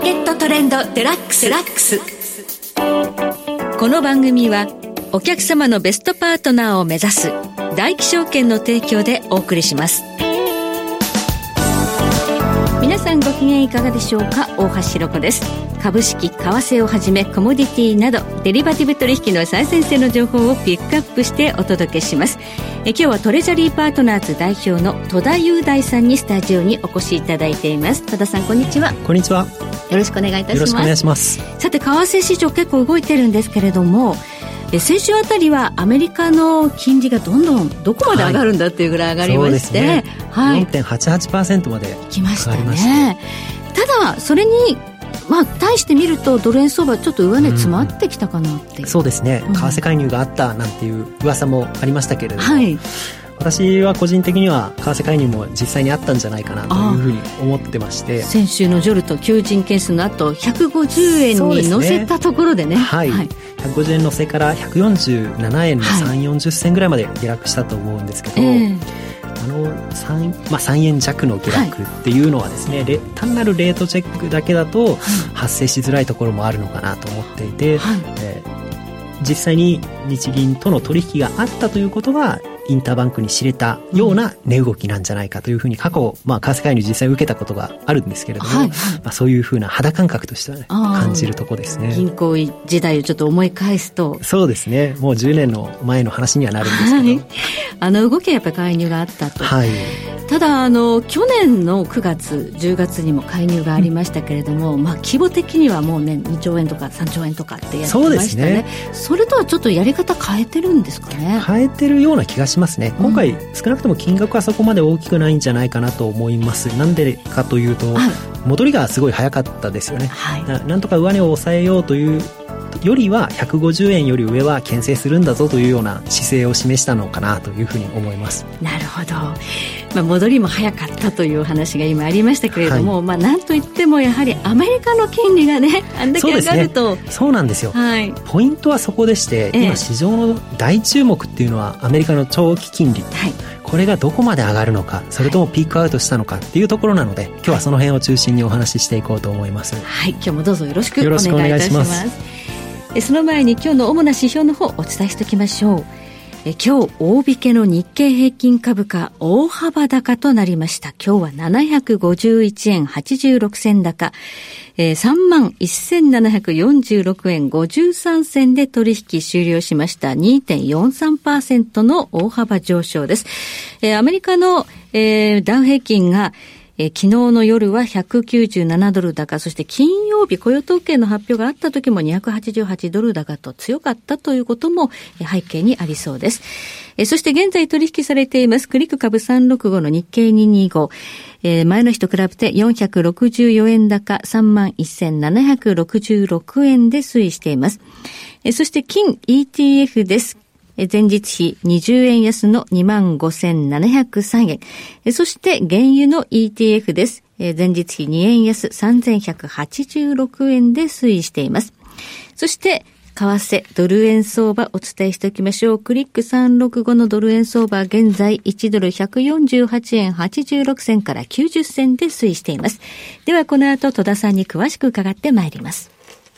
ケットトレンドデラックス。この番組はお客様のベストパートナーを目指す大気証券の提供でお送りします。皆さんご機嫌いかがでしょうか。大橋ひろ子です。株式、為替をはじめコモディティなどデリバティブ取引の最前線の情報をピックアップしてお届けします。今日はトレジャリーパートナーズ代表の戸田雄大さんにスタジオにお越しいただいています。戸田さん、こんにちは。 こんにちは。 よろしくお願いいたします。 よろしくお願いします。 さて、為替市場結構動いてるんですけれども、先週あたりはアメリカの金利がどこまで上がるんだっていうぐらい上がりまして、 そうですね、 はい、 4.88% まで来ましたね。ただそれに対して見るとドル円相場ちょっと上値詰まってきたかなっていう、 そうですね、為替介入があったなんていう噂もありましたけれども、 はい、 私は個人的には為替介入も実際にあったんじゃないかなというふうに思ってまして、 先週のジョルト求人件数の後150円に乗せたところでね、 はい、150円乗せから147円の3、40銭ぐらいまで下落したと思うんですけど、3円弱の下落っていうのはですね、単なるレートチェックだけだと発生しづらいところもあるのかなと思っていて、実際に日銀との取引があったということはインターバンクに知れたような値動きなんじゃないかというふうに過去、為替介入実際受けたことがあるんですけれども、そういうふうな肌感覚としては、ね、感じるところですね。銀行時代をちょっと思い返すと、 そうですね、もう10年の前の話にはなるんですけど、 動きはやっぱり介入があったと、 はい、 ただ去年の9月10月にも介入がありましたけれども、規模的にはもうね2兆円とか3兆円とかってやってましたね。 そうですね。 それとはちょっとやり方変えてるんですかね。 変えてるような気がしますね。今回、少なくとも金額はそこまで大きくないんじゃないかなと思います。なんでかというと、戻りがすごい早かったですよね。なんとか上値を抑えようというよりは150円より上は牽制するんだぞというような姿勢を示したのかなというふうに思います。 なるほど、戻りも早かったという話が今ありましたけれども、なんといってもやはりアメリカの金利がねあんだけ上がると、 そうなんですよ、ポイントはそこでして、今市場の大注目っていうのはアメリカの長期金利、これがどこまで上がるのか、それともピークアウトしたのかっていうところなので、今日はその辺を中心にお話ししていこうと思います。 今日もどうぞよろしくお願いいたします。その前に今日の主な指標の方お伝えしておきましょう。今日大引けの日経平均株価大幅高となりました。今日は751円86銭高、31,746円53銭で取引終了しました。 2.43% の大幅上昇です。アメリカの、ダウ平均が昨日の夜は197ドル高、そして金曜日雇用統計の発表があった時も288ドル高と強かったということも背景にありそうです。そして現在取引されていますクリック株365の日経225、前の日と比べて464円高 31,766 円で推移しています。そして金 ETF です。前日比20円安の 25,703 円。そして原油の ETF です。前日比2円安 3,186 円で推移しています。そして為替ドル円相場お伝えしておきましょう。クリック365のドル円相場現在1ドル148円86銭から90銭で推移しています。ではこの後戸田さんに詳しく伺ってまいります。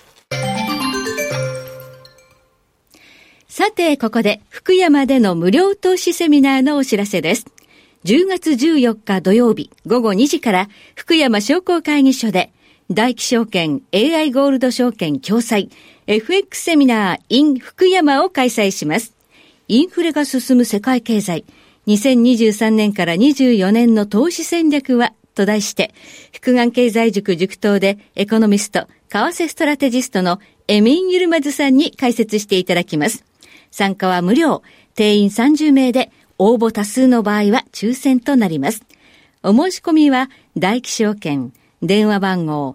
さて、ここで福山での無料投資セミナーのお知らせです。10月14日土曜日午後2時から福山商工会議所で大気証券 AI ゴールド証券共催 FX セミナー in 福山を開催します。インフレが進む世界経済、2023年から24年の投資戦略はと題して、福眼経済塾塾頭でエコノミスト、為替ストラテジストのエミン・ユルマズさんに解説していただきます。参加は無料、定員30名で応募多数の場合は抽選となります。お申し込みは大気証券電話番号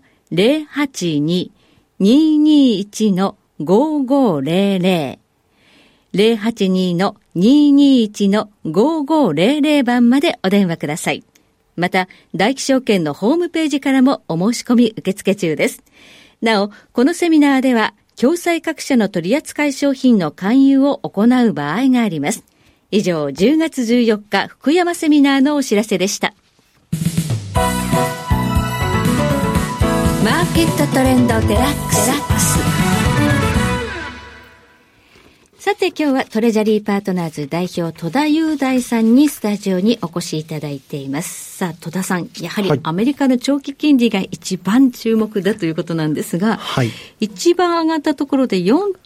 082-221-5500 082-221-5500 番までお電話ください。また大気証券のホームページからもお申し込み受付中です。なおこのセミナーでは共済各社の取扱い商品の勧誘を行う場合があります。以上、10月14日福山セミナーのお知らせでした。 マーケットトレンドデラックス。さて今日はトレジャリーパートナーズ代表戸田雄大さんにスタジオにお越しいただいています。さあ戸田さん、やはりアメリカの長期金利が一番注目だということなんですが、はい、一番上がったところで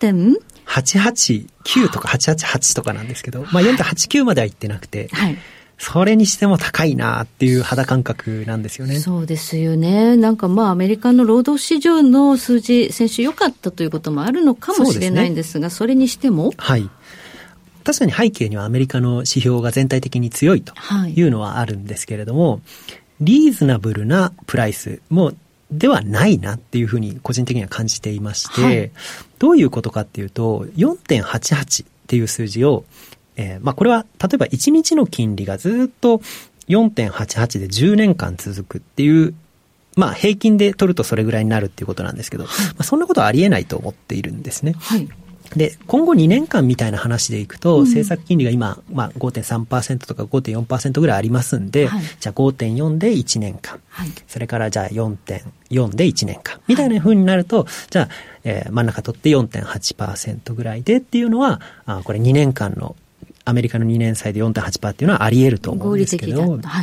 4.889 とか888とかなんですけど、まあ 4.89 までは行ってなくて、はい、それにしても高いなっていう肌感覚なんですよね。 そうですよね。なんかまあアメリカの労働市場の数字先週良かったということもあるのかもしれないんですが、それにしても、 はい、確かに背景にはアメリカの指標が全体的に強いというのはあるんですけれども、はい、リーズナブルなプライスもではないなっていうふうに個人的には感じていまして、はい、どういうことかっていうと 4.88 っていう数字をまあこれは例えば1日の金利がずっと 4.88 で10年間続くっていう、まあ平均で取るとそれぐらいになるっていうことなんですけど、まあ、そんなことはありえないと思っているんですね。はい、で今後2年間みたいな話でいくと、政策金利が今、まあ、5.3% とか 5.4% ぐらいありますんで、はい、じゃあ 5.4 で1年間、はい、それからじゃあ 4.4 で1年間みたいな風になると、じゃあ、真ん中取って 4.8% ぐらいでっていうのはこれ2年間のアメリカの2年債で 4.8% っていうのはあり得ると思うんですけど、はい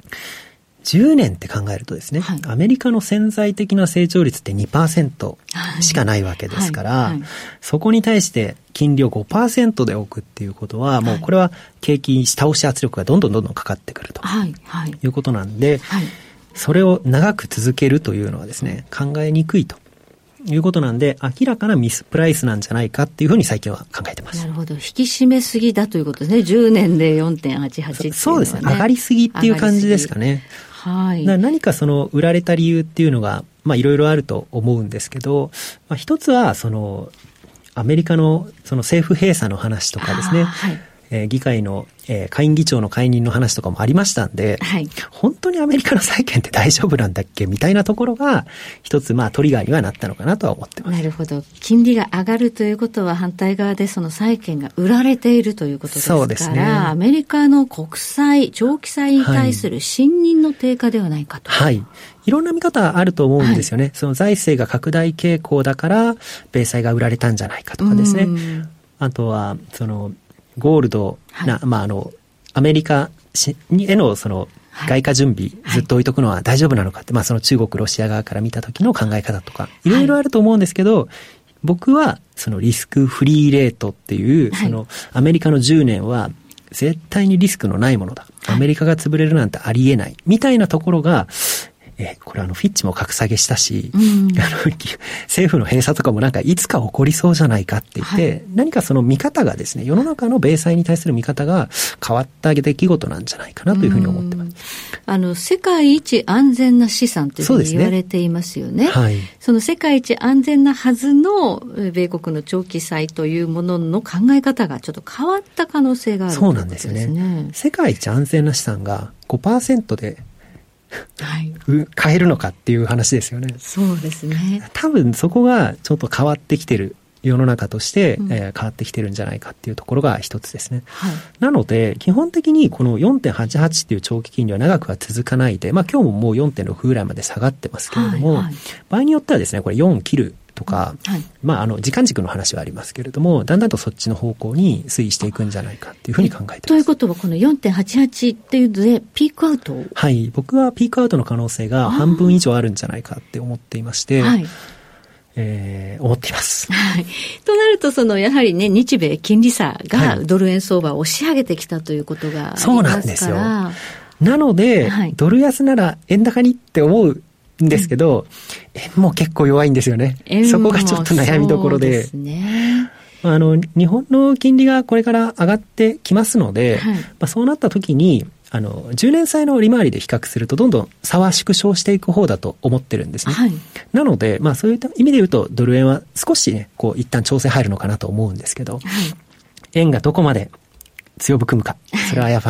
、10年って考えるとですね、はい、アメリカの潜在的な成長率って 2% しかないわけですから、はいはいはい、そこに対して金利を 5% で置くっていうことは、もうこれは景気下押し圧力がどんどんかかってくるということなんで、はいはい、それを長く続けるというのはですね、考えにくいということなんで、明らかなミスプライスなんじゃないかっていうふうに最近は考えてます。 なるほど。引き締めすぎだということですね。10年で 4.88 っていうのはね。 そうですね。上がりすぎっていう感じですかね。はい。何かその売られた理由っていうのが、まあいろいろあると思うんですけど、まあ一つはそのアメリカのその政府閉鎖の話とかですね。はい。議会の、下院議長の解任の話とかもありましたんで、はい、本当にアメリカの債券って大丈夫なんだっけみたいなところが一つまあトリガーにはなったのかなとは思ってます。 なるほど。金利が上がるということは反対側でその債券が売られているということですから、そうですね、アメリカの国債、長期債に対する信任の低下ではないかと。 はい。いろんな見方あると思うんですよね。はい、その財政が拡大傾向だから米債が売られたんじゃないかとかですね。あとはそのゴールドな、はい、まあアメリカへのその外貨準備、ずっと置いとくのは大丈夫なのかって、まあその中国ロシア側から見た時の考え方とかいろいろあると思うんですけど、僕はそのリスクフリーレートっていう、そのアメリカの10年は絶対にリスクのないものだ、アメリカが潰れるなんてありえないみたいなところが、これフィッチも格下げしたし、政府の閉鎖とかもなんかいつか起こりそうじゃないかって言って、はい、何かその見方がですね、世の中の米債に対する見方が変わった出来事なんじゃないかなというふうに思ってます。 世界一安全な資産というふうに言われていますよね。はい、その世界一安全なはずの米国の長期債というものの考え方がちょっと変わった可能性があるということですね。そうなんですよね。 世界一安全な資産が 5% ではい、買えるのかっていう話ですよね。 そうですね。 多分そこがちょっと変わってきてる、世の中として、変わってきてるんじゃないかっていうところが一つですね。はい、なので基本的にこの 4.88 っていう長期金利は長くは続かないで、まあ今日ももう 4.6 ぐらいまで下がってますけれども、はいはい、場合によってはですね、これ4切るとか、はい、まあ時間軸の話はありますけれども、だんだんとそっちの方向に推移していくんじゃないかっていうふうに考えてます。 ということはこの 4.88 っていうのでピークアウトを、 はい、僕はピークアウトの可能性が半分以上あるんじゃないかって思っていまして、はい、思っています。 はい。となるとやはりね、日米金利差がドル円相場を押し上げてきたということがありますから、そうなんですよ。なので、はい、ドル安なら円高にって思うんですけど、円も結構弱いんですよね。そこがちょっと悩みどころで。そうですね。日本の金利がこれから上がってきますので、はい、そうなった時に、10年債の利回りで比較するとどんどん差は縮小していく方だと思ってるんですね。はい、なので、そういった意味で言うとドル円は少しね、一旦調整入るのかなと思うんですけど、はい、円がどこまで強含むか、それはやはり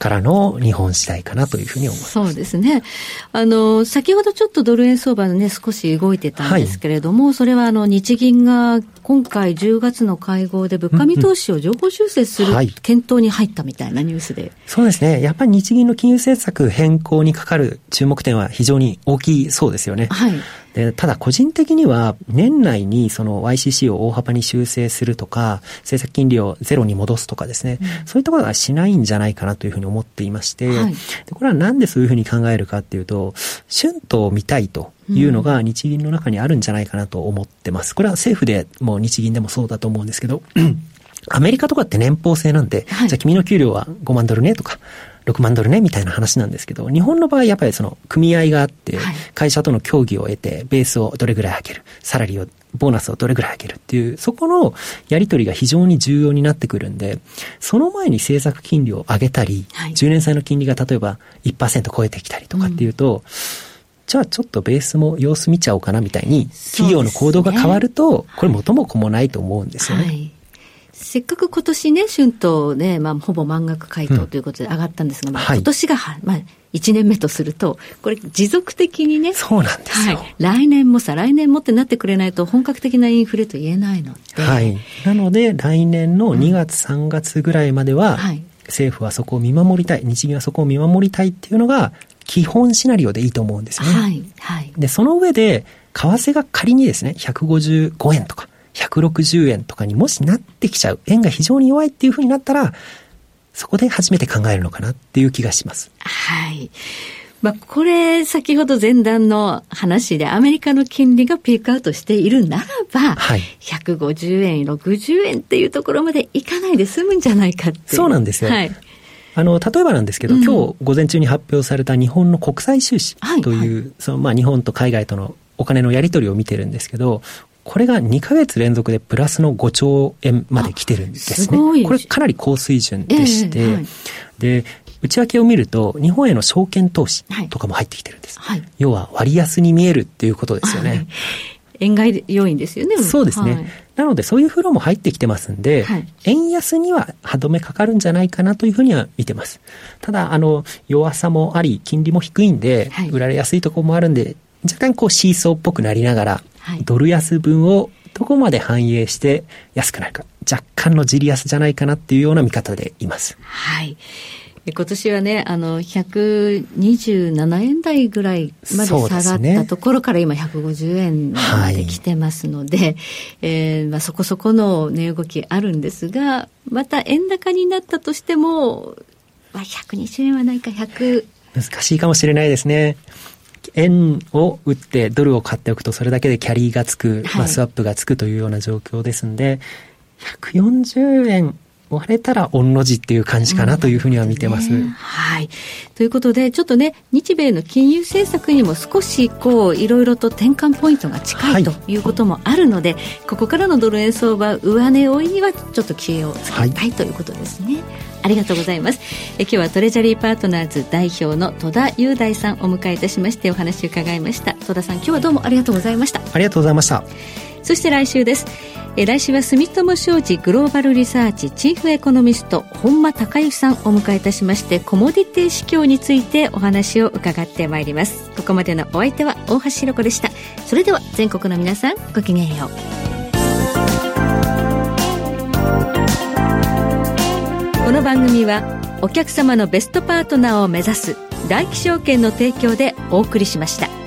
からの日本次第かなというふうに思います。 そうですね。先ほどちょっとドル円相場ね、少し動いてたんですけれども、それは日銀が今回10月の会合で物価見通しを上方修正する検討に入ったみたいなニュースで。 そうですね。やっぱり日銀の金融政策変更にかかる注目点は非常に大きいそうですよね。はい。で、ただ個人的には年内にその YCC を大幅に修正するとか、政策金利をゼロに戻すとかですね、そういったことはしないんじゃないかなというふうに思っていまして、でこれはなんでそういうふうに考えるかっていうと、春闘を見たいというのが日銀の中にあるんじゃないかなと思ってます。これは政府でも日銀でもそうだと思うんですけど、アメリカとかって年俸制なんで、じゃあ君の給料は5万ドルねとか、6万ドルねみたいな話なんですけど、日本の場合やっぱりその組合があって、会社との協議を得て、ベースをどれぐらい上げる、サラリーを、ボーナスをどれぐらい上げるっていう、そこのやり取りが非常に重要になってくるんで、その前に政策金利を上げたり、10年債の金利が例えば 1% 超えてきたりとかっていうと、じゃあちょっとベースも様子見ちゃおうかなみたいに、企業の行動が変わると、これ元も子もないと思うんですよね。 せっかく今年ね、春闘で、ほぼ満額回答ということで上がったんですが、今年が、1年目とすると、これ持続的にね。 そうなんですよ。 来年も再来年もってなってくれないと本格的なインフレと言えないので。 はい。なので、来年の2月3月ぐらいまでは、政府はそこを見守りたい、日銀はそこを見守りたいっていうのが、基本シナリオでいいと思うんですよね。で、その上で、為替が仮にですね、155円とか、160円とかにもしなってきちゃう、円が非常に弱いっていう風になったら、そこで初めて考えるのかなっていう気がします。 はい。これ、先ほど前段の話でアメリカの金利がピークアウトしているならば、150円、60円っていうところまでいかないで済むんじゃないかって。 そうなんですよ。例えばなんですけど、今日午前中に発表された日本の国際収支という、その日本と海外とのお金のやり取りを見てるんですけど、これが2ヶ月連続でプラスの5兆円まで来てるんですね。これかなり高水準でして、で、内訳を見ると日本への証券投資とかも入ってきてるんです。要は割安に見えるっていうことですよね。 円買い要因ですよね。 そうですね。なのでそういうフローも入ってきてますんで、円安には歯止めかかるんじゃないかなというふうには見てます。ただ、弱さもあり、金利も低いんで、売られやすいところもあるんで、若干シーソーっぽくなりながら、ドル安分をどこまで反映して安くなるか、若干のじり安じゃないかなっていうような見方でいます。 はい。今年はね、127円台ぐらいまで下がったところから今150円まで来てますので、そこそこの値動きあるんですが、また円高になったとしても、120円はないか100。 難しいかもしれないですね。円を売ってドルを買っておくとそれだけでキャリーがつく、スワップがつくというような状況ですんで、140円割れたら御の字っていう感じかなというふうには見てます。 はい。ということで、ちょっとね、日米の金融政策にも少しいろいろと転換ポイントが近いということもあるので、ここからのドル円相場上値追いにはちょっと気をつけたいということですね。ありがとうございます。今日はトレジャリーパートナーズ代表の戸田雄大さんをお迎えいたしましてお話を伺いました。戸田さん、今日はどうもありがとうございました。 ありがとうございました。 そして来週です。来週は住友商事グローバルリサーチチーフエコノミスト本間孝之さんをお迎えいたしまして、コモディティ市況についてお話を伺ってまいります。ここまでのお相手は大橋ひろ子でした。それでは全国の皆さん、ごきげんよう。この番組はお客様のベストパートナーを目指す大気証券の提供でお送りしました。